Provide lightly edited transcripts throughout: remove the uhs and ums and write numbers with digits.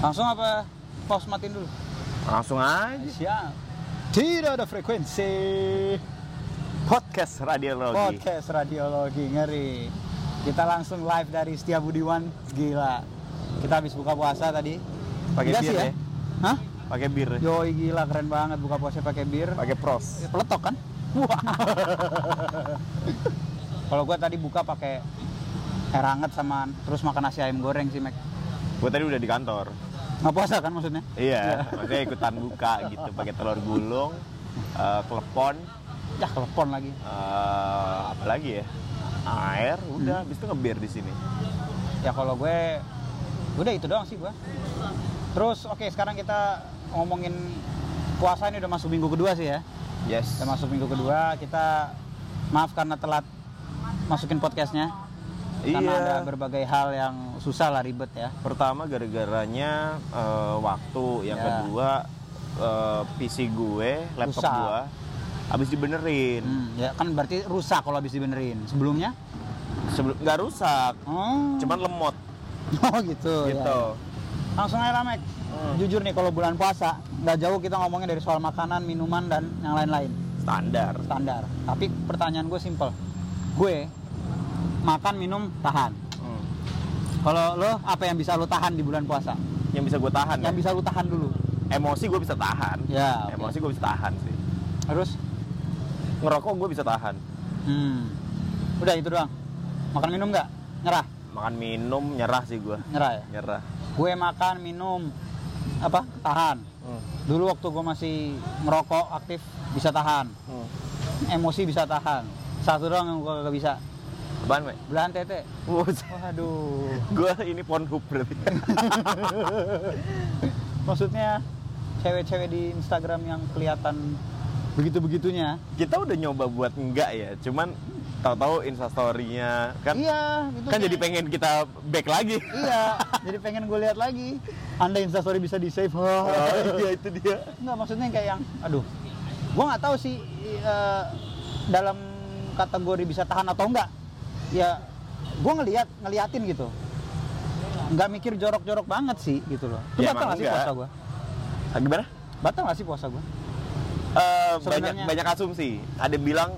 Langsung apa pause matiin dulu? Langsung aja. Siap. Tidak ada frekuensi. Podcast radiologi. Podcast radiologi, ngeri. Kita langsung live dari Setia Budiwan. Gila. Kita habis buka puasa tadi. Pakai bir ya? Hah? Pakai bir. Yoi, gila, keren banget buka puasa pakai bir. Pakai pros. Peletok kan? Wah. Kalau gua tadi buka pakai air hangat sama terus makan nasi ayam goreng sih, Mek. Gue tadi udah di kantor. Nggak puasa kan maksudnya? Iya, maksudnya ikutan buka gitu, pakai telur gulung, klepon, Ya, telepon lagi. apa lagi ya? Air, udah, habis itu ngebir di sini. Ya kalau gue udah itu doang sih gue. Terus oke, sekarang kita ngomongin puasa, ini udah masuk minggu kedua sih ya. Yes. Udah masuk minggu kedua, kita maaf karena telat masukin podcastnya. Karena ada berbagai hal yang susah lah, ribet ya. Pertama gara-garanya waktu, yang kedua PC gue, laptop Rusak. gue habis dibenerin. Ya kan berarti rusak kalau habis dibenerin. Sebelumnya? Nggak rusak, Oh. cuman lemot Oh gitu. gitu. Ya. Langsung aja Mek. Jujur nih, kalau bulan puasa nggak jauh kita ngomongin dari soal makanan, minuman dan yang lain-lain. Standar. Tapi pertanyaan gue simpel. Gue makan, minum, tahan. Kalau lo, apa yang bisa lo tahan di bulan puasa? Yang bisa gue tahan. Yang bisa lo tahan dulu. Emosi gue bisa tahan. Ya. Okay. Emosi gue bisa tahan sih. Terus? Ngerokok gue bisa tahan. Udah itu doang. Makan, minum nggak? Nyerah? Makan minum nyerah sih gue. Nyerah ya? Nyerah. Gue makan, minum, apa? Tahan. Dulu waktu gue masih ngerokok aktif bisa tahan. Emosi bisa tahan. Satu doang yang gue gak bisa. Apaan, Mek? Belahan tete. Waduh. Gue ini Pornhub berarti. Maksudnya cewek-cewek di Instagram yang kelihatan begitu-begitunya. Kita udah nyoba buat enggak ya, cuman tahu-tahu Instastory-nya kan. Iya, gitu. Kan jadi pengen kita back lagi. Iya, jadi pengen gue lihat lagi. Anda Instastory bisa di save. Iya, itu dia. Enggak, maksudnya kayak yang aduh. Gue nggak tahu sih dalam kategori bisa tahan atau enggak. Ya, gue ngeliatin gitu. Nggak mikir jorok-jorok banget sih gitu loh. Itu Ya, batal nggak sih enggak. puasa gue? Gimana? Batal nggak sih puasa gue? Banyak asumsi. Ada yang bilang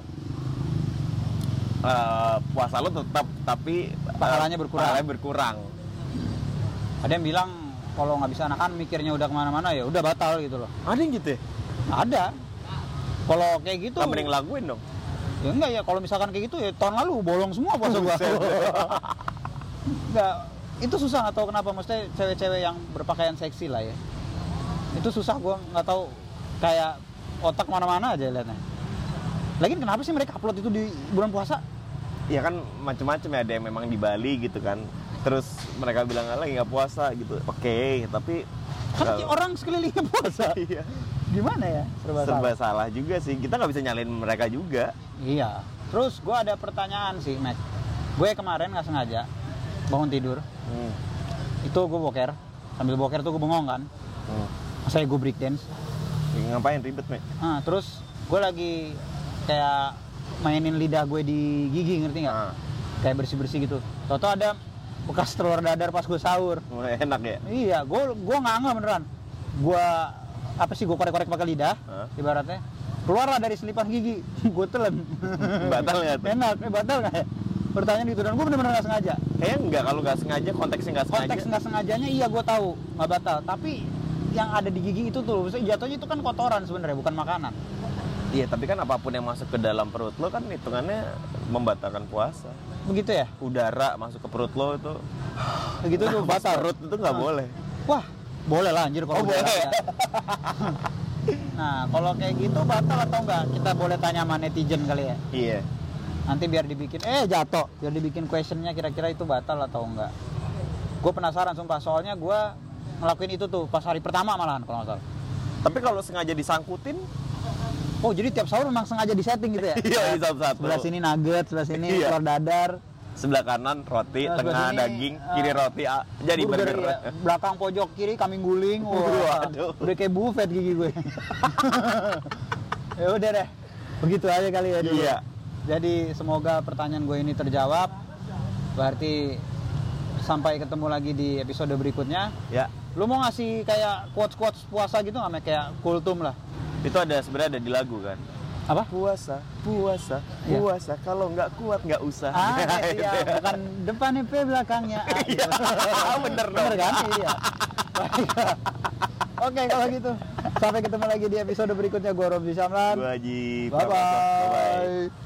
puasa lo tetap, tapi Pahalanya berkurang. Ada yang bilang kalau nggak bisa nahan, mikirnya udah kemana-mana, ya udah batal gitu loh. Ada yang gitu ya? Ada. Kalau kayak gitu, Mending lakuin dong. ya enggak ya, kalau misalkan kayak gitu ya tahun lalu bolong semua puasa gua. Enggak, itu susah, nggak tahu kenapa, maksudnya cewek-cewek yang berpakaian seksi lah ya. Itu susah, gua nggak tahu, kayak otak mana-mana aja liatnya. Lagian kenapa sih mereka upload itu di bulan puasa? Ya kan macam-macam ya, ada yang memang di Bali gitu kan. Terus mereka bilang lagi nggak puasa gitu. Oke, tapi Kan orang sekelilingnya puasa. Iya. Gimana ya? Serba salah juga sih. Kita nggak bisa nyalain mereka juga. Iya. Terus gue ada pertanyaan sih, Matt. Gue kemarin nggak sengaja bangun tidur. Itu gue boker. Sambil boker tuh gue bengong kan. Masa gue break dance. Ngapain ribet, Mek? Terus gue lagi kayak mainin lidah gue di gigi, ngerti nggak? Kayak bersih-bersih gitu. Toto ada bekas telur dadar pas gue sahur. Enak ya? Iya, gue nggak beneran. Gue gue korek-korek pakai lidah, ibaratnya. Keluarlah dari selipan gigi, gue telan. Batal nggak tuh? Enak, batal nggak ya? Pertanyaan gitu, dan gue bener-bener nggak sengaja. Kayaknya enggak, kalau nggak sengaja, konteksnya nggak sengaja. Konteks nggak sengajanya iya gue tahu, nggak batal. Tapi yang ada di gigi itu tuh, maksudnya jatuhnya itu kan kotoran sebenarnya, bukan makanan. Iya, tapi kan apapun yang masuk ke dalam perut lo kan hitungannya membatalkan puasa. Begitu ya? Udara masuk ke perut lo itu, Begitu tuh batal. perut itu nggak boleh. Wah, boleh lah anjir kalau boleh. Ya. Nah, kalau kayak gitu batal atau enggak? Kita boleh tanya sama netizen kali ya. Iya. Nanti biar dibikin jatuh, biar dibikin questionnya kira-kira itu batal atau enggak. Gue penasaran sumpah, soalnya gue ngelakuin itu tuh pas hari pertama malahan kalau nggak salah. Tapi kalau sengaja disangkutin, oh jadi tiap sahur memang sengaja disetting gitu ya? iya, satu-satu. Sebelah sini nugget, sebelah sini telur dadar, sebelah kanan roti, Nah, tengah sini, daging, kiri roti, jadi burger. ya. Belakang pojok kiri kambing guling. Wah, Waduh. udah kayak buffet gigi gue. Ya udah deh, begitu aja kali ya dulu. Iya. Jadi semoga pertanyaan gue ini terjawab. Berarti sampai ketemu lagi di episode berikutnya. Ya. Lu mau ngasih kayak quotes puasa gitu nggak, kayak kultum lah. Itu sebenarnya ada di lagu kan. Apa? Puasa, Iya. puasa. Kalau nggak kuat nggak usah. Iya, bukan depannya P belakangnya A. Gitu. Bener dong. Bener kan? Iya. Oke, kalau gitu. Sampai ketemu lagi di episode berikutnya. Gua Romzi Syamlan. Gua Haji Bye Pramono. Bye-bye. bye.